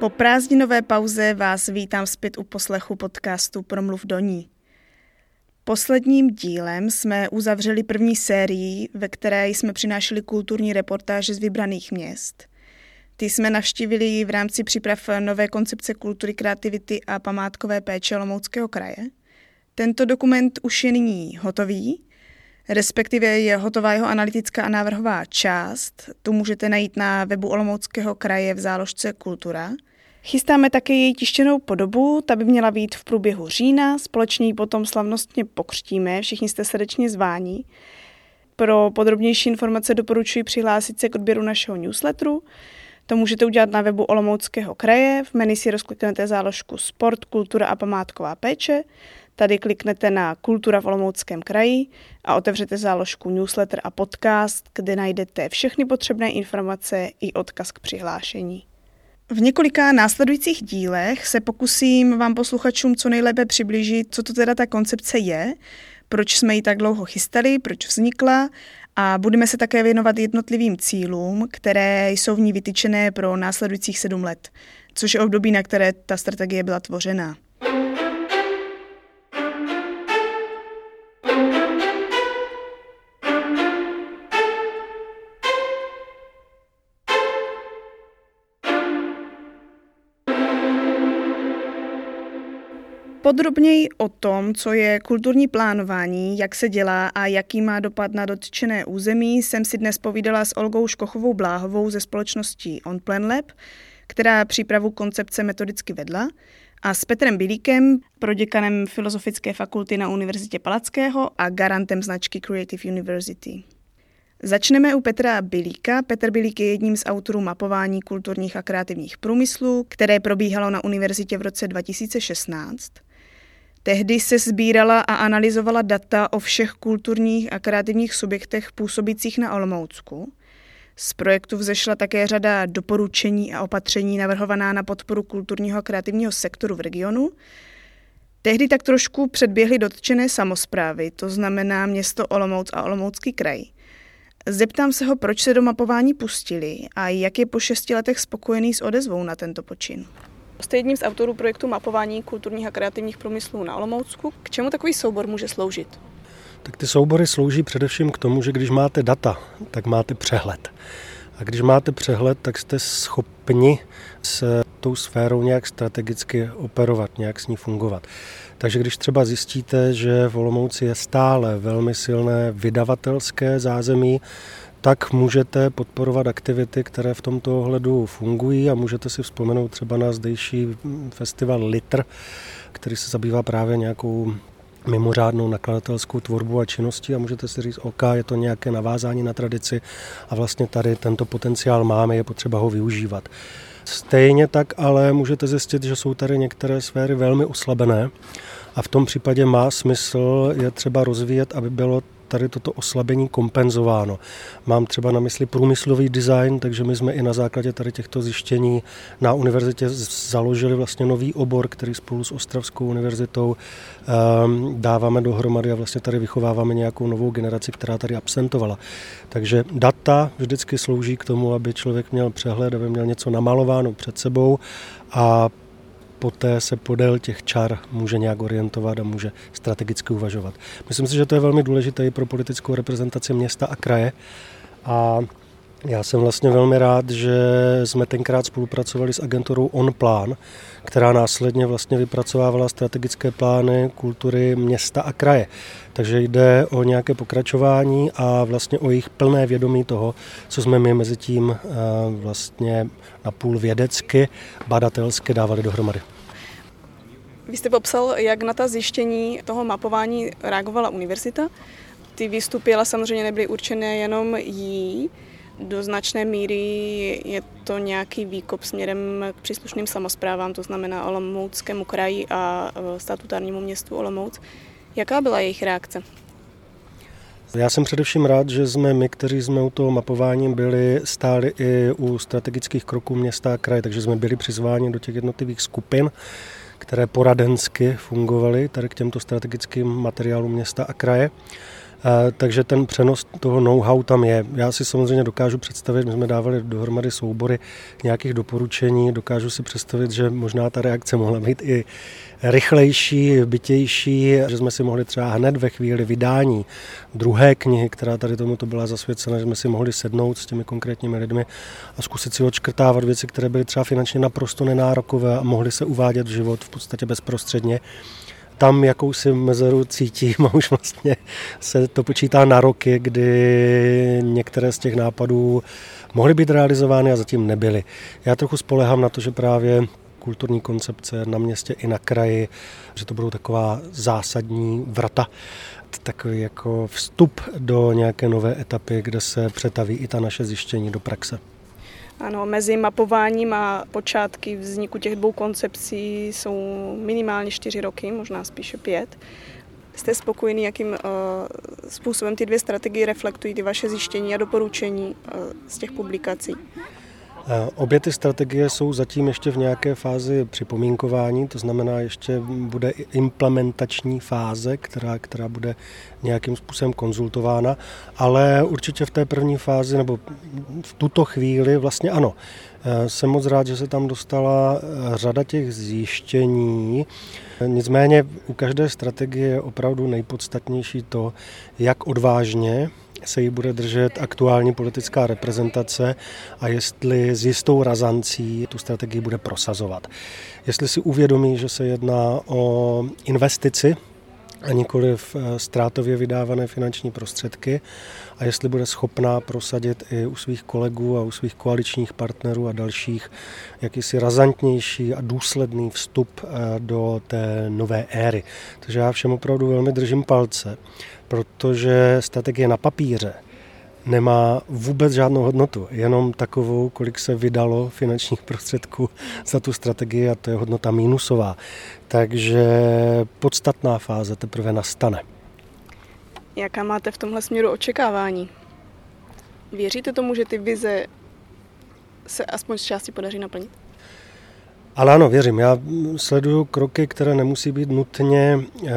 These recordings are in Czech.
Po prázdninové pauze vás vítám zpět u poslechu podcastu Promluv do ní. Posledním dílem jsme uzavřeli první sérii, ve které jsme přinášeli kulturní reportáže z vybraných měst. Ty jsme navštívili v rámci příprav nové koncepce kultury, kreativity a památkové péče Olomouckého kraje. Tento dokument už je nyní hotový, respektive je hotová jeho analytická a návrhová část. Tu můžete najít na webu Olomouckého kraje v záložce Kultura. Chystáme také její tištěnou podobu, ta by měla být v průběhu října, společně ji potom slavnostně pokřtíme, všichni jste srdečně zváni. Pro podrobnější informace doporučuji přihlásit se k odběru našeho newsletteru. To můžete udělat na webu Olomouckého kraje, v menu si rozkliknete záložku Sport, kultura a památková péče, tady kliknete na Kultura v Olomouckém kraji a otevřete záložku newsletter a podcast, kde najdete všechny potřebné informace i odkaz k přihlášení. V několika následujících dílech se pokusím vám posluchačům co nejlépe přiblížit, co to teda ta koncepce je, proč jsme ji tak dlouho chystali, proč vznikla a budeme se také věnovat jednotlivým cílům, které jsou v ní vytyčené pro následujících 7 let, což je období, na které ta strategie byla tvořena. Podrobněji o tom, co je kulturní plánování, jak se dělá a jaký má dopad na dotčené území, jsem si dnes povídala s Olgou Škochovou Bláhovou ze společnosti OnPlanLab, která přípravu koncepce metodicky vedla, a s Petrem Bilíkem, proděkanem Filozofické fakulty na Univerzitě Palackého a garantem značky Creative University. Začneme u Petra Bilíka. Petr Bilík je jedním z autorů mapování kulturních a kreativních průmyslů, které probíhalo na univerzitě v roce 2016. Tehdy se sbírala a analyzovala data o všech kulturních a kreativních subjektech působících na Olomoucku. Z projektu vzešla také řada doporučení a opatření navrhovaná na podporu kulturního a kreativního sektoru v regionu. Tehdy tak trošku předběhly dotčené samosprávy, to znamená město Olomouc a Olomoucký kraj. Zeptám se ho, proč se do mapování pustili a jak je po 6 letech spokojený s odezvou na tento počin. Jste jedním z autorů projektu mapování kulturních a kreativních průmyslů na Olomoucku. K čemu takový soubor může sloužit? Tak ty soubory slouží především k tomu, že když máte data, tak máte přehled. A když máte přehled, tak jste schopni s tou sférou nějak strategicky operovat, nějak s ní fungovat. Takže když třeba zjistíte, že v Olomouci je stále velmi silné vydavatelské zázemí, tak můžete podporovat aktivity, které v tomto ohledu fungují a můžete si vzpomenout třeba na zdejší festival Litr, který se zabývá právě nějakou mimořádnou nakladatelskou tvorbu a činností a můžete si říct, OK, je to nějaké navázání na tradici a vlastně tady tento potenciál máme, je potřeba ho využívat. Stejně tak ale můžete zjistit, že jsou tady některé sféry velmi oslabené a v tom případě má smysl je třeba rozvíjet, aby bylo tady toto oslabení kompenzováno. Mám třeba na mysli průmyslový design, takže my jsme i na základě tady těchto zjištění na univerzitě založili vlastně nový obor, který spolu s Ostravskou univerzitou dáváme dohromady a vlastně tady vychováváme nějakou novou generaci, která tady absentovala. Takže data vždycky slouží k tomu, aby člověk měl přehled, aby měl něco namalováno před sebou a poté se podél těch čar může nějak orientovat a může strategicky uvažovat. Myslím si, že to je velmi důležité i pro politickou reprezentaci města a kraje. A já jsem vlastně velmi rád, že jsme tenkrát spolupracovali s agenturou OnPlan, která následně vlastně vypracovávala strategické plány kultury města a kraje. Takže jde o nějaké pokračování a vlastně o jejich plné vědomí toho, co jsme my mezi tím vlastně napůl vědecky, badatelsky dávali dohromady. Vy jste popsal, jak na ta zjištění toho mapování reagovala univerzita. Ty výstupy ale samozřejmě nebyly určené jenom jí. Do značné míry je to nějaký výkop směrem k příslušným samosprávám, to znamená Olomouckému kraji a statutárnímu městu Olomouc. Jaká byla jejich reakce? Já jsem především rád, že jsme my, kteří jsme u toho mapování byli, stáli i u strategických kroků města a kraje, takže jsme byli přizváni do těch jednotlivých skupin, které poradensky fungovaly tady k těmto strategickým materiálům města a kraje. Takže ten přenos toho know-how tam je. Já si samozřejmě dokážu představit, my jsme dávali dohromady soubory nějakých doporučení, dokážu si představit, že možná ta reakce mohla být i rychlejší, bytější, že jsme si mohli třeba hned ve chvíli vydání druhé knihy, která tady tomuto byla zasvěcena, že jsme si mohli sednout s těmi konkrétními lidmi a zkusit si odškrtávat věci, které byly třeba finančně naprosto nenárokové a mohly se uvádět v život v podstatě bezprostředně. Tam jakousi mezeru cítím a už vlastně se to počítá na roky, kdy některé z těch nápadů mohly být realizovány a zatím nebyly. Já trochu spolehám na to, že právě kulturní koncepce na městě i na kraji, že to budou taková zásadní vrata, takový jako vstup do nějaké nové etapy, kde se přetaví i ta naše zjištění do praxe. Ano, mezi mapováním a počátky vzniku těch dvou koncepcí jsou minimálně 4 roky, možná spíše 5. Jste spokojení, jakým způsobem ty dvě strategie reflektují ty vaše zjištění a doporučení z těch publikací? Obě ty strategie jsou zatím ještě v nějaké fázi připomínkování, to znamená, ještě bude implementační fáze, která bude nějakým způsobem konzultována, ale určitě v té první fázi, nebo v tuto chvíli vlastně ano. Jsem moc rád, že se tam dostala řada těch zjištění. Nicméně u každé strategie je opravdu nejpodstatnější to, jak odvážně se jí bude držet aktuální politická reprezentace a jestli s jistou razancí tu strategii bude prosazovat. Jestli si uvědomí, že se jedná o investici a nikoliv ztrátově vydávané finanční prostředky a jestli bude schopná prosadit i u svých kolegů a u svých koaličních partnerů a dalších jakýsi razantnější a důsledný vstup do té nové éry. Takže já všem opravdu velmi držím palce, protože strategie na papíře nemá vůbec žádnou hodnotu, jenom takovou, kolik se vydalo finančních prostředků za tu strategii a to je hodnota mínusová. Takže podstatná fáze teprve nastane. Jaká máte v tomhle směru očekávání? Věříte tomu, že ty vize se aspoň z části podaří naplnit? Ale ano, věřím. Já sleduju kroky, které nemusí být nutně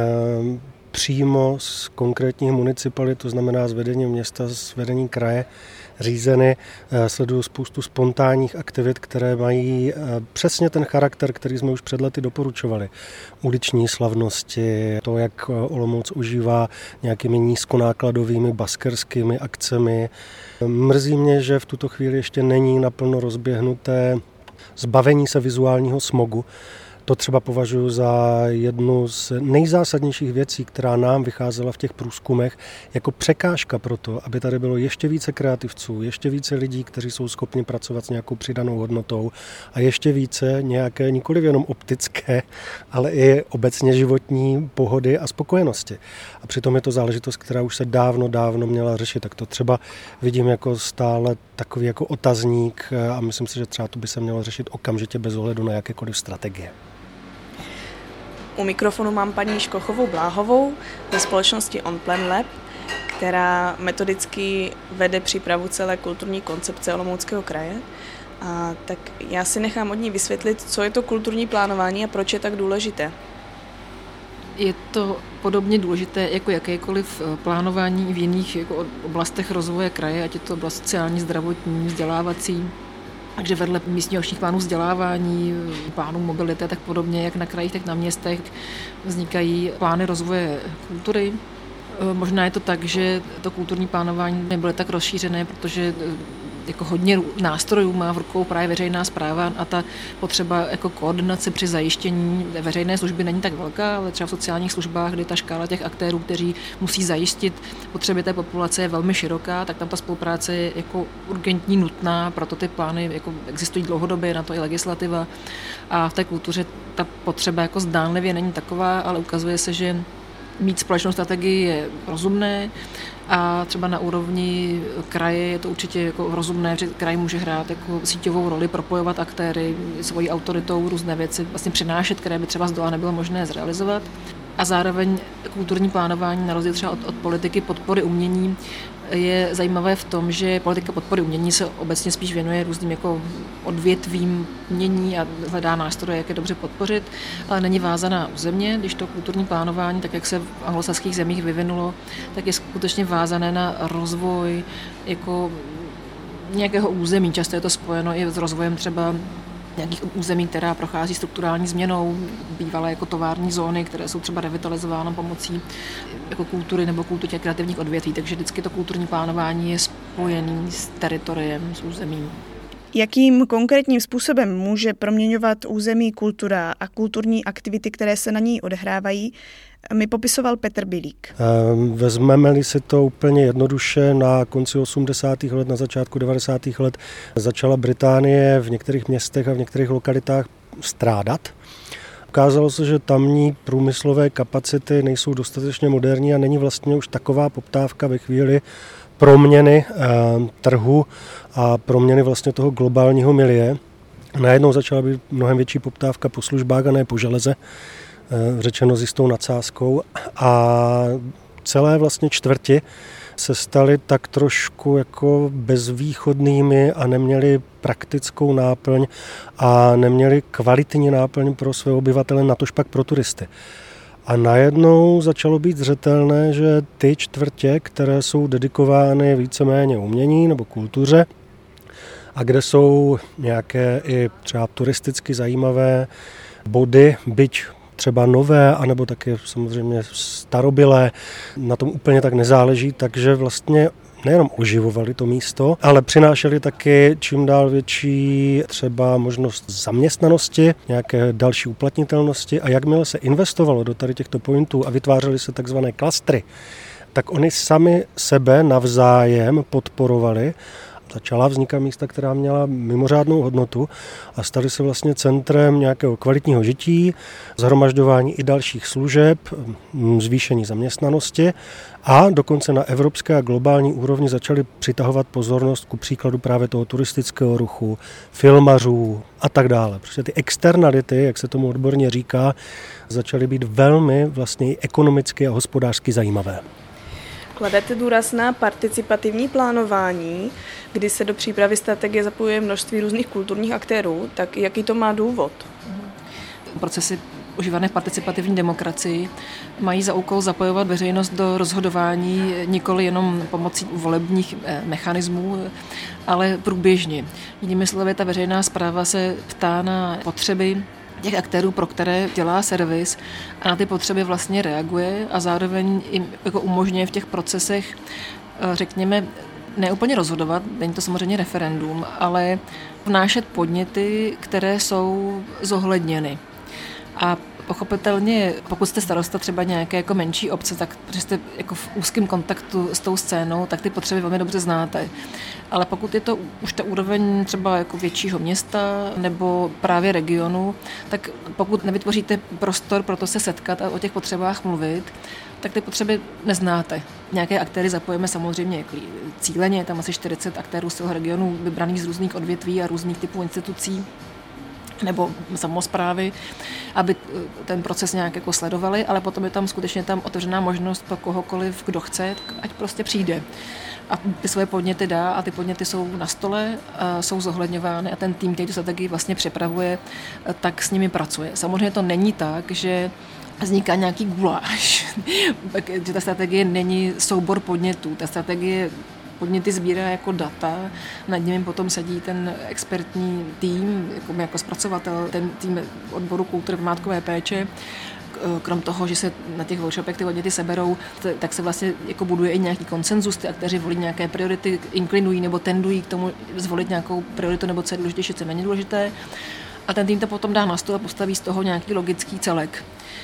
přímo z konkrétních municipalit, to znamená z vedení města, z vedení kraje řízeny. Sleduju spoustu spontánních aktivit, které mají přesně ten charakter, který jsme už před lety doporučovali. Uliční slavnosti, to, jak Olomouc užívá nějakými nízkonákladovými baskerskými akcemi. Mrzí mě, že v tuto chvíli ještě není naplno rozběhnuté zbavení se vizuálního smogu. To třeba považuji za jednu z nejzásadnějších věcí, která nám vycházela v těch průzkumech jako překážka pro to, aby tady bylo ještě více kreativců, ještě více lidí, kteří jsou schopni pracovat s nějakou přidanou hodnotou a ještě více nějaké nikoliv jenom optické, ale i obecně životní pohody a spokojenosti. A přitom je to záležitost, která už se dávno měla řešit. Tak to třeba vidím jako stále takový jako otazník a myslím si, že třeba to by se mělo řešit okamžitě bez ohledu na jakékoliv strategie. U mikrofonu mám paní Škochovou Bláhovou ze společnosti On Plan Lab, která metodicky vede přípravu celé kulturní koncepce Olomouckého kraje. A tak já si nechám od ní vysvětlit, co je to kulturní plánování a proč je tak důležité. Je to podobně důležité jako jakékoliv plánování v jiných jako oblastech rozvoje kraje, ať je to oblast sociální, zdravotní, vzdělávací. Takže vedle místního ročních plánů vzdělávání, plánů mobility a tak podobně, jak na krajích, tak na městech, vznikají plány rozvoje kultury. Možná je to tak, že to kulturní plánování nebylo tak rozšířené, protože jako hodně nástrojů má v rukou právě veřejná správa a ta potřeba jako koordinace při zajištění veřejné služby není tak velká, ale třeba v sociálních službách, kdy ta škála těch aktérů, kteří musí zajistit potřeby té populace je velmi široká, tak tam ta spolupráce je jako urgentní nutná, proto ty plány jako existují dlouhodobě, na to i legislativa a v té kultuře ta potřeba jako zdánlivě není taková, ale ukazuje se, že mít společnou strategii je rozumné a třeba na úrovni kraje je to určitě jako rozumné, že kraj může hrát jako síťovou roli, propojovat aktéry svojí autoritou, různé věci vlastně přinášet, které by třeba z dola nebylo možné zrealizovat. A zároveň kulturní plánování, na rozdíl třeba od politiky podpory umění, je zajímavé v tom, že politika podpory umění se obecně spíš věnuje různým jako odvětvím umění a hledá nástroje, jak je dobře podpořit, ale není vázaná územně, když to kulturní plánování, tak jak se v anglosaských zemích vyvinulo, tak je skutečně vázané na rozvoj jako nějakého území. Často je to spojeno i s rozvojem třeba nějakých území, která prochází strukturální změnou, bývalé jako tovární zóny, které jsou třeba revitalizovány pomocí jako kultury nebo kultury kreativních odvětví. Takže vždycky to kulturní plánování je spojený s teritoriem, s územím. Jakým konkrétním způsobem může proměňovat území kultura a kulturní aktivity, které se na ní odehrávají, mi popisoval Petr Bilík. Vezmeme-li si to úplně jednoduše, na konci 80. let, na začátku 90. let začala Británie v některých městech a v některých lokalitách strádat. Ukázalo se, že tamní průmyslové kapacity nejsou dostatečně moderní a není vlastně už taková poptávka ve chvíli proměny trhu a proměny vlastně toho globálního milie. Najednou začala být mnohem větší poptávka po službách a ne po železe, řečeno s jistou nadsázkou, a celé vlastně čtvrti se staly tak trošku jako bezvýchodnými a neměli praktickou náplň a neměli kvalitní náplň pro své obyvatele, natož pak pro turisty. A najednou začalo být zřetelné, že ty čtvrtě, které jsou dedikovány víceméně umění nebo kultuře a kde jsou nějaké i třeba turisticky zajímavé body, byť třeba nové, anebo taky samozřejmě starobylé, na tom úplně tak nezáleží, takže vlastně nejenom oživovali to místo, ale přinášeli taky čím dál větší třeba možnost zaměstnanosti, nějaké další uplatnitelnosti, a jakmile se investovalo do tady těchto pointů a vytvářely se takzvané klastry, tak oni sami sebe navzájem podporovali. Začala vznikat místa, která měla mimořádnou hodnotu a staly se vlastně centrem nějakého kvalitního žití, shromažďování i dalších služeb, zvýšení zaměstnanosti, a dokonce na evropské a globální úrovni začaly přitahovat pozornost ku příkladu právě toho turistického ruchu, filmařů a tak dále. Protože ty externality, jak se tomu odborně říká, začaly být velmi vlastně i ekonomicky a hospodářsky zajímavé. Kladete důraz na participativní plánování, kdy se do přípravy strategie zapojuje množství různých kulturních aktérů, tak jaký to má důvod? Procesy užívané v participativní demokracii mají za úkol zapojovat veřejnost do rozhodování nikoli jenom pomocí volebních mechanismů, ale průběžně. Jinými slovy, ta veřejná správa se ptá na potřeby těch aktérů, pro které dělá servis, a na ty potřeby vlastně reaguje a zároveň jim jako umožňuje v těch procesech, řekněme, neúplně rozhodovat, není to samozřejmě referendum, ale vnášet podněty, které jsou zohledněny. A pochopitelně, pokud jste starosta třeba nějaké jako menší obce, tak protože jste jako v úzkém kontaktu s tou scénou, tak ty potřeby velmi dobře znáte. Ale pokud je to už ta úroveň třeba jako většího města nebo právě regionu, tak pokud nevytvoříte prostor pro to se setkat a o těch potřebách mluvit, tak ty potřeby neznáte. Nějaké aktéry zapojíme samozřejmě jako cíleně, tam asi 40 aktérů z toho regionu vybraných z různých odvětví a různých typů institucí nebo samosprávy, aby ten proces nějak jako sledovali, ale potom je tam skutečně otevřená možnost pro kohokoliv, kdo chce, ať prostě přijde a ty svoje podněty dá, a ty podněty jsou na stole, jsou zohledňovány a ten tým, který tu strategii vlastně připravuje, tak s nimi pracuje. Samozřejmě to není tak, že vzniká nějaký guláš, že ta strategie není soubor podnětů, ta strategie podněty sbírá jako data, nad nimi potom sedí ten expertní tým, jako zpracovatel, ten tým odboru kultury památkové péče. Krom toho, že se na těch workshopech ty podněty seberou, tak se vlastně jako buduje i nějaký konsenzus, ty aktéři volí nějaké priority, inklinují nebo tendují k tomu zvolit nějakou prioritu, nebo co je důležitější, co je méně důležité. A ten tým to potom dá na stůl a postaví z toho nějaký logický celek.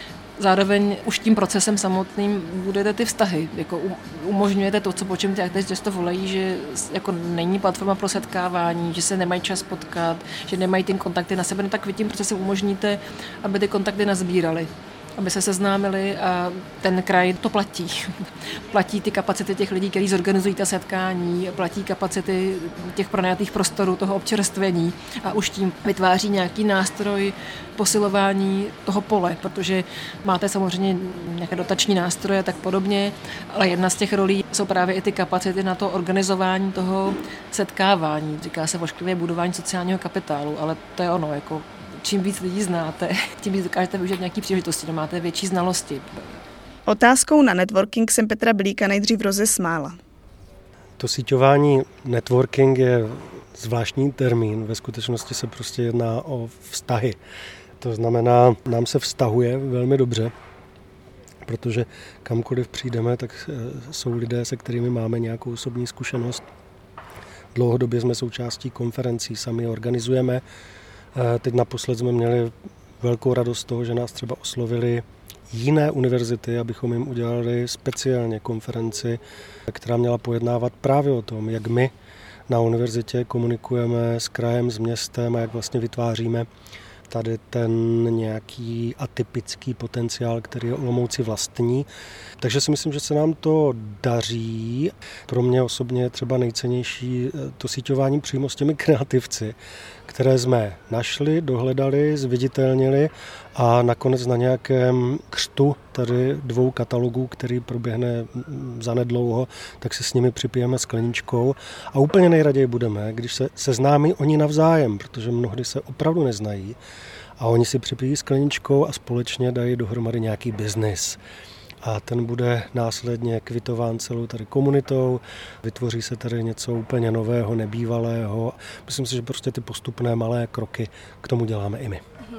Zároveň už tím procesem samotným budete ty vztahy, jako umožňujete to, po čem ty aktéři často volají, že jako není platforma pro setkávání, že se nemají čas potkat, že nemají ty kontakty na sebe, no tak vy tím procesem umožníte, aby ty kontakty nazbírali. aby se seznámili a ten kraj to platí. Platí ty kapacity těch lidí, kteří zorganizují ta setkání, platí kapacity těch pronajatých prostorů, toho občerstvení a už tím vytváří nějaký nástroj posilování toho pole, protože máte samozřejmě nějaké dotační nástroje a tak podobně, ale jedna z těch rolí jsou právě i ty kapacity na to organizování toho setkávání. Říká se ošklivě budování sociálního kapitálu, ale to je ono, jako čím víc lidí znáte, tím víc dokážete využít nějaký příležitosti, máte větší znalosti. Otázkou na networking jsem Petra Bilíka nejdřív rozesmála. To síťování networking je zvláštní termín. Ve skutečnosti se prostě jedná o vztahy. To znamená, nám se vztahuje velmi dobře, protože kamkoliv přijdeme, tak jsou lidé, se kterými máme nějakou osobní zkušenost. Dlouhodobě jsme součástí konferencí, sami organizujeme. Teď naposled jsme měli velkou radost z toho, že nás třeba oslovili jiné univerzity, abychom jim udělali speciálně konferenci, která měla pojednávat právě o tom, jak my na univerzitě komunikujeme s krajem, s městem a jak vlastně vytváříme tady ten nějaký atypický potenciál, který je Olomouci vlastní. Takže si myslím, že se nám to daří. Pro mě osobně je třeba nejcennější to síťování přímo s těmi kreativci, které jsme našli, dohledali, zviditelnili a nakonec na nějakém křtu tady 2 katalogů, který proběhne zanedlouho, tak se s nimi připijeme skleničkou a úplně nejraději budeme, když se seznámí oni navzájem, protože mnohdy se opravdu neznají a oni si připijí skleničkou a společně dají dohromady nějaký biznis. A ten bude následně kvitován celou tady komunitou, vytvoří se tady něco úplně nového, nebývalého. Myslím si, že prostě ty postupné malé kroky k tomu děláme i my.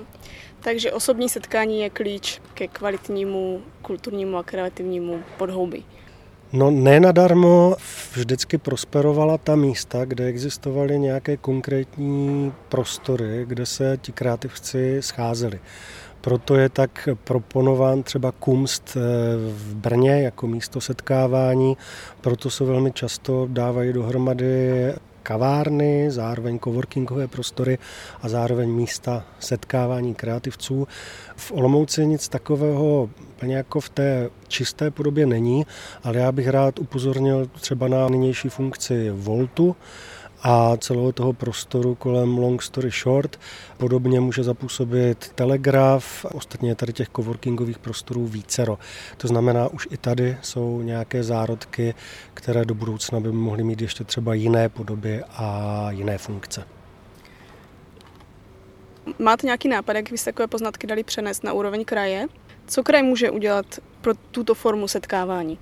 Takže osobní setkání je klíč ke kvalitnímu, kulturnímu a kreativnímu podhoubí. No nenadarmo vždycky prosperovala ta místa, kde existovaly nějaké konkrétní prostory, kde se ti kreativci scházeli. Proto je tak proponován třeba Kunst v Brně jako místo setkávání, proto se velmi často dávají dohromady kavárny, zároveň coworkingové prostory a zároveň místa setkávání kreativců. V Olomouci nic takového úplně jako v té čisté podobě není, ale já bych rád upozornil třeba na nynější funkci Voltu a celého toho prostoru kolem Long Story Short. Podobně může zapůsobit Telegraf, ostatně tady těch coworkingových prostorů vícero. To znamená, už i tady jsou nějaké zárodky, které do budoucna by mohly mít ještě třeba jiné podoby a jiné funkce. Máte nějaký nápad, jak byste takové poznatky dali přenést na úroveň kraje? Co kraj může udělat pro tuto formu setkávání?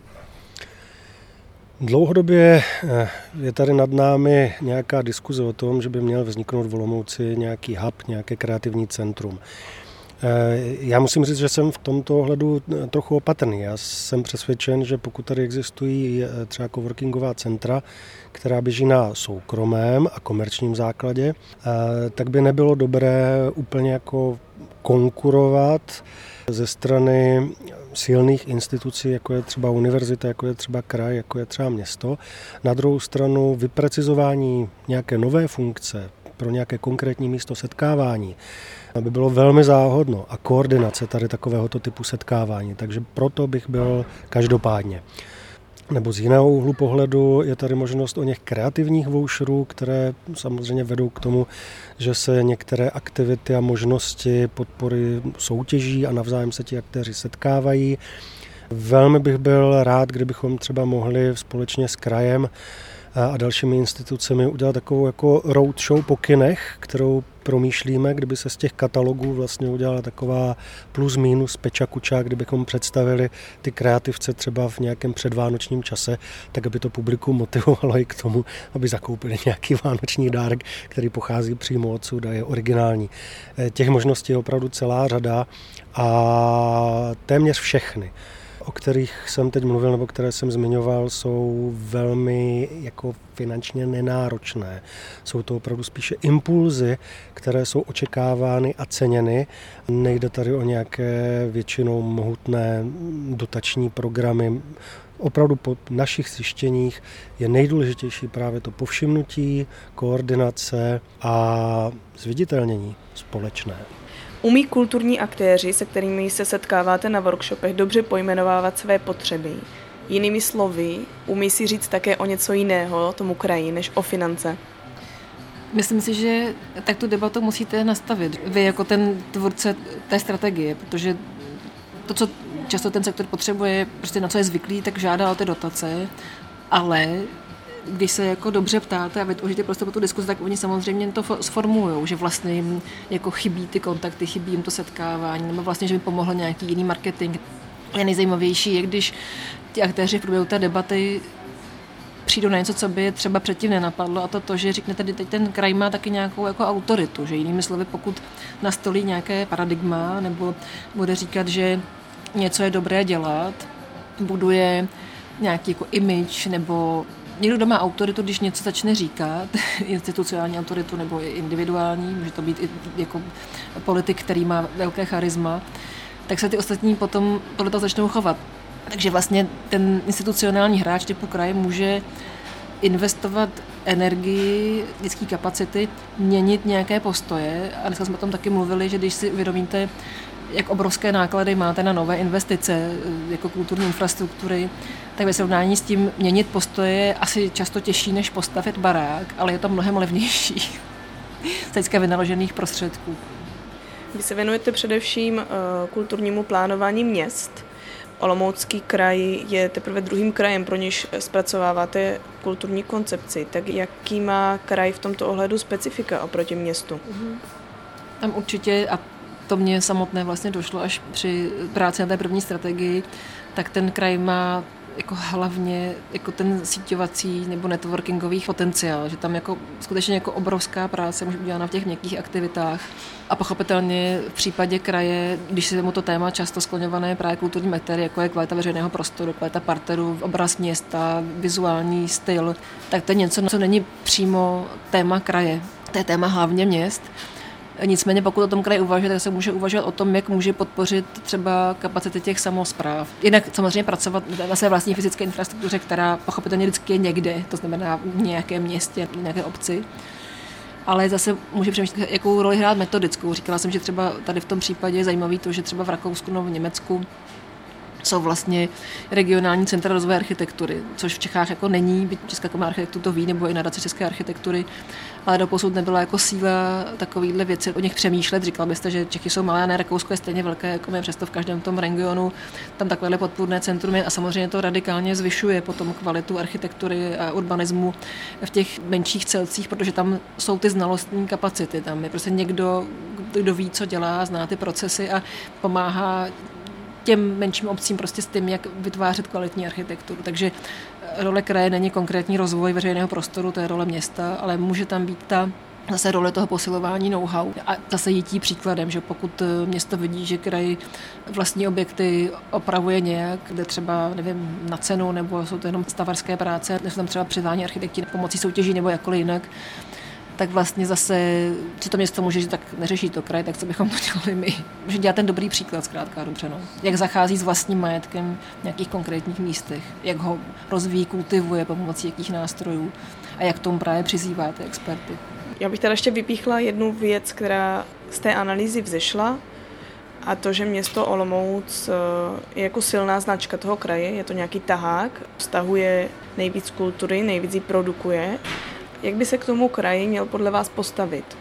Dlouhodobě je tady nad námi nějaká diskuze o tom, že by měl vzniknout v Olomouci nějaký hub, nějaké kreativní centrum. Já musím říct, že jsem v tomto ohledu trochu opatrný. Já jsem přesvědčen, že pokud tady existují třeba coworkingová centra, která běží na soukromém a komerčním základě, tak by nebylo dobré úplně jako konkurovat ze strany silných institucí, jako je třeba univerzita, jako je třeba kraj, jako je třeba město. Na druhou stranu vyprecizování nějaké nové funkce pro nějaké konkrétní místo setkávání by bylo velmi záhodno a koordinace tady takovéhoto typu setkávání. Takže proto bych byl každopádně. Nebo z jiného úhlu pohledu je tady možnost o něch kreativních voucherů, které samozřejmě vedou k tomu, že se některé aktivity a možnosti podpory soutěží a navzájem se ti aktéři setkávají. Velmi bych byl rád, kdybychom třeba mohli společně s krajem a dalšími institucemi udělat takovou jako roadshow po kinech, kterou promýšlíme, kdyby se z těch katalogů vlastně udělala taková plus minus peča kuča, kdybychom představili ty kreativce třeba v nějakém předvánočním čase, tak aby to publikum motivovalo i k tomu, aby zakoupili nějaký vánoční dárek, který pochází přímo odsud a je originální. Těch možností je opravdu celá řada a téměř všechny, o kterých jsem teď mluvil nebo které jsem zmiňoval, jsou velmi jako finančně nenáročné. Jsou to opravdu spíše impulzy, které jsou očekávány a ceněny. Nejde tady o nějaké většinou mohutné dotační programy. opravdu po našich zjištěních je nejdůležitější právě to povšimnutí, koordinace a zviditelnění společné. Umí kulturní aktéři, se kterými se setkáváte na workshopech, dobře pojmenovávat své potřeby? Jinými slovy, umí si říct také o něco jiného tomu kraji, než o finance? Myslím si, že tak tu debatu musíte nastavit. Vy jako ten tvůrce té strategie, protože to, co často ten sektor potřebuje, prostě na co je zvyklý, tak žádá o ty dotace, ale když se jako dobře ptáte a vytvoříte prostě pro tu diskuzi, tak oni samozřejmě to sformulujou, že vlastně jim jako chybí ty kontakty, chybí jim to setkávání, nebo vlastně, že mi pomohl nějaký jiný marketing. Je nejzajímavější je, když ti aktéři v průběhu té debaty přijdou na něco, co by je třeba předtím nenapadlo, a to, že řeknete, teď ten kraj má taky nějakou jako autoritu, že jinými slovy, pokud nastolí nějaké paradigma nebo bude říkat, že něco je dobré dělat, buduje nějaký jako image, nebo někdo, kdo má autoritu, když něco začne říkat, institucionální autoritu nebo individuální, může to být i jako politik, který má velké charisma, tak se ty ostatní potom podle toho začnou chovat. Takže vlastně ten institucionální hráč typu kraje může investovat energii, lidské kapacity, měnit nějaké postoje. A dneska jsme o tom taky mluvili, že když si uvědomíte, jak obrovské náklady máte na nové investice, jako kulturní infrastruktury, tak ve srovnání s tím měnit postoje je asi často těžší, než postavit barák, ale je to mnohem levnější z hlediska vynaložených prostředků. Vy se věnujete především kulturnímu plánování měst. Olomoucký kraj je teprve druhým krajem, pro něž zpracováváte kulturní koncepci. Tak jaký má kraj v tomto ohledu specifika oproti městu? Tam určitě, a to mě samotné vlastně došlo až při práci na té první strategii, tak ten kraj má jako hlavně jako ten síťovací nebo networkingový potenciál, že tam jako skutečně jako obrovská práce může být udělána v těch měkkých aktivitách. A pochopitelně v případě kraje, když se mu to téma často skloňované právě kulturní materiály, jako je kvalita veřejného prostoru, kvalita parteru, obraz města, vizuální styl, tak to je něco, co není přímo téma kraje. To je téma hlavně měst. Nicméně pokud o tom kraj uvažuje, tak se může uvažovat o tom, jak může podpořit třeba kapacity těch samospráv. Jinak samozřejmě pracovat na své vlastní fyzické infrastruktuře, která pochopitelně vždycky je někde, to znamená v nějakém městě, v nějaké obci. Ale zase může přemýšlet, jakou roli hrát metodickou. Říkala jsem, že třeba tady v tom případě je zajímavý to, že třeba v Rakousku nebo v Německu jsou vlastně regionální centra rozvoje architektury, což v Čechách jako není, byť Česká komora architektů to ví, nebo i nadace české architektury, ale doposud nebyla jako síla takovýhle věci o nich přemýšlet. Říkala byste, že Čechy jsou malé, a ne, Rakousko je stejně velké, jako my, přesto v každém tom regionu tam takovéhle podpůrné centrum je, a samozřejmě to radikálně zvyšuje potom kvalitu architektury a urbanismu v těch menších celcích, protože tam jsou ty znalostní kapacity, tam je prostě někdo, kdo ví, co dělá, zná ty procesy a pomáhá těm menším obcím prostě s tím, jak vytvářet kvalitní architekturu. Takže role kraje není konkrétní rozvoj veřejného prostoru, to je role města, ale může tam být ta zase role toho posilování know-how a zase jítí příkladem, že pokud město vidí, že kraj vlastní objekty opravuje nějak, kde třeba, nevím, na cenu, nebo jsou to jenom stavarské práce, nebo tam třeba přizvání architekti pomocí soutěží nebo jakkoliv jinak, tak vlastně zase, či to město může, že tak neřeší to kraj, tak co bychom to dělali my. Může dělat ten dobrý příklad, zkrátka dobře. No. Jak zachází s vlastním majetkem v nějakých konkrétních místech, jak ho rozvíjí, kultivuje pomocí jakých nástrojů a jak tomu právě přizývá ty experty. Já bych teda ještě vypíchla jednu věc, která z té analýzy vzešla, a to, že město Olomouc je jako silná značka toho kraje, je to nějaký tahák, vztahuje nejvíc kultury, nejvíc ji produkuje. Jak by se k tomu kraji měl podle vás postavit?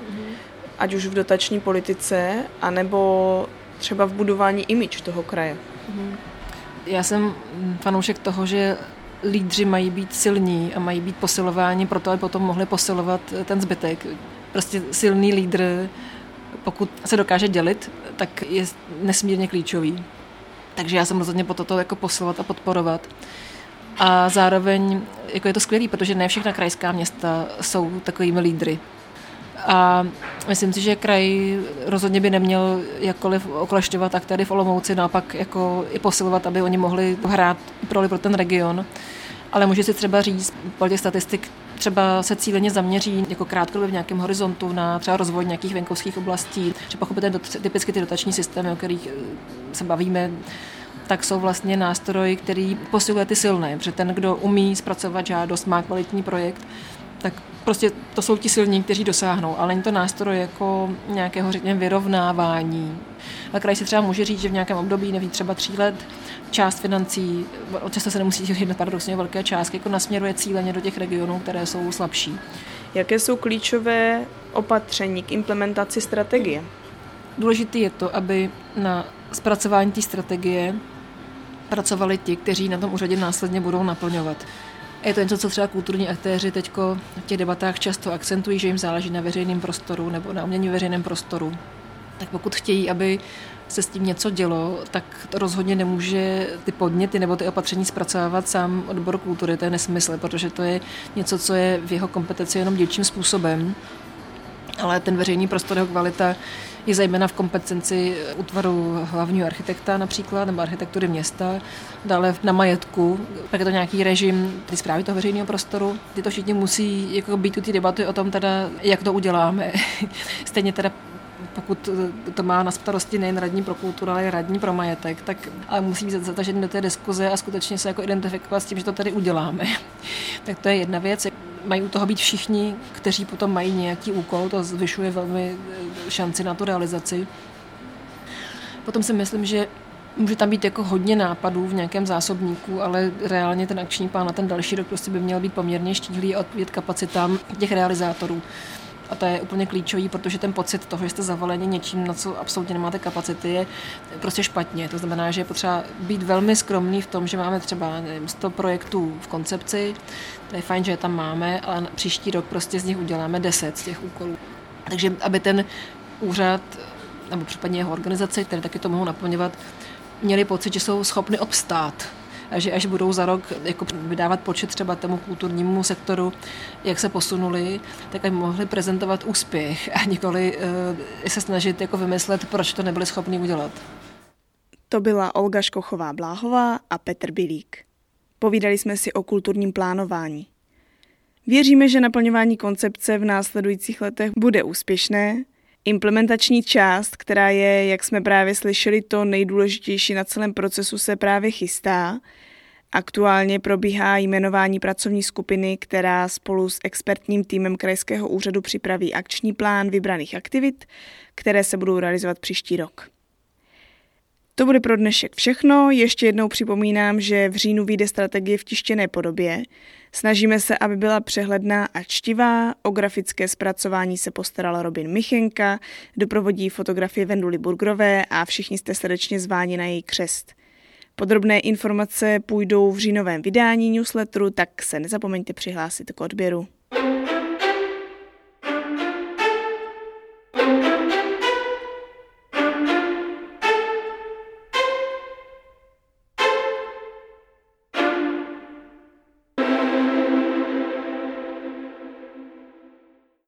Ať už v dotační politice, anebo třeba v budování image toho kraje? Já jsem fanoušek toho, že lídři mají být silní a mají být posilováni proto, aby potom mohli posilovat ten zbytek. Prostě silný lídr, pokud se dokáže dělit, tak je nesmírně klíčový. Takže já jsem rozhodně po toto jako posilovat a podporovat. A zároveň jako je to skvělý, protože ne všechna krajská města jsou takovými lídry. A myslím si, že kraj rozhodně by neměl jakkoliv oklešťovat aktéry v Olomouci, naopak jako i posilovat, aby oni mohli hrát roli pro ten region. Ale může si třeba říct, podle těch statistik, třeba se cíleně zaměří jako krátkodobě v nějakém horizontu na třeba rozvoj nějakých venkovských oblastí, že pochopitelně typicky ty dotační systémy, o kterých se bavíme, tak jsou vlastně nástroj, který posiluje ty silné, protože ten, kdo umí zpracovat žádost, má kvalitní projekt, tak prostě to jsou ti silní, kteří dosáhnou, ale není to nástroj jako nějakého, řekněme, vyrovnávání. A kraj si třeba může říct, že v nějakém období, nevím, třeba 3 let, část financí, často se nemusí jednat paradoxně velké částky, jako nasměruje cíleně do těch regionů, které jsou slabší. Jaké jsou klíčové opatření k implementaci strategie? Důležité je to, aby na zpracování té strategie pracovali ti, kteří na tom úřadě následně budou naplňovat. Je to něco, co třeba kulturní aktéři teď v těch debatách často akcentují, že jim záleží na veřejném prostoru nebo na umění veřejném prostoru. Tak pokud chtějí, aby se s tím něco dělo, tak to rozhodně nemůže ty podněty nebo ty opatření zpracovávat sám odbor kultury. To je nesmysl, protože to je něco, co je v jeho kompetenci jenom dílčím způsobem. Ale ten veřejný prostor, jeho kvalita je zejména v kompetenci útvaru hlavního architekta například, nebo architektury města, dále na majetku, pak je to nějaký režim ty správy toho veřejného prostoru. Tyto všichni musí jako být u té debaty o tom, teda, jak to uděláme. Stejně teda pokud to má na starosti nejen radní pro kulturu, ale i radní pro majetek, tak ale musí být zatažen do té diskuze a skutečně se jako identifikovat s tím, že to tady uděláme. Tak to je jedna věc. Mají u toho být všichni, kteří potom mají nějaký úkol, to zvyšuje velmi šanci na tu realizaci. Potom si myslím, že může tam být jako hodně nápadů v nějakém zásobníku, ale reálně ten akční plán na ten další rok prostě by měl být poměrně štíhlý a odpovědět kapacitám těch realizátorů. A to je úplně klíčový, protože ten pocit toho, že jste zavaleni něčím, na co absolutně nemáte kapacity, je prostě špatně. To znamená, že je potřeba být velmi skromný v tom, že máme třeba 100 projektů v koncepci, to je fajn, že je tam máme, ale příští rok prostě z nich uděláme 10 z těch úkolů. Takže aby ten úřad, nebo případně jeho organizace, které taky to mohou naplňovat, měli pocit, že jsou schopni obstát. A že až budou za rok jako vydávat počet třeba tomu kulturnímu sektoru, jak se posunuli, tak aby mohli prezentovat úspěch a nikoli se snažit jako vymyslet, proč to nebyli schopni udělat. To byla Olga Škochová-Bláhová a Petr Bilík. Povídali jsme si o kulturním plánování. Věříme, že naplňování koncepce v následujících letech bude úspěšné. Implementační část, která je, jak jsme právě slyšeli, to nejdůležitější na celém procesu, se právě chystá. Aktuálně probíhá jmenování pracovní skupiny, která spolu s expertním týmem krajského úřadu připraví akční plán vybraných aktivit, které se budou realizovat příští rok. To bude pro dnešek všechno. Ještě jednou připomínám, že v říjnu vyjde strategie v tištěné podobě. Snažíme se, aby byla přehledná a čtivá. O grafické zpracování se postaral Robin Michenka, doprovodí fotografie Venduly Burgrové a všichni jste srdečně zváni na její křest. Podrobné informace půjdou v říjnovém vydání newsletteru, tak se nezapomeňte přihlásit k odběru.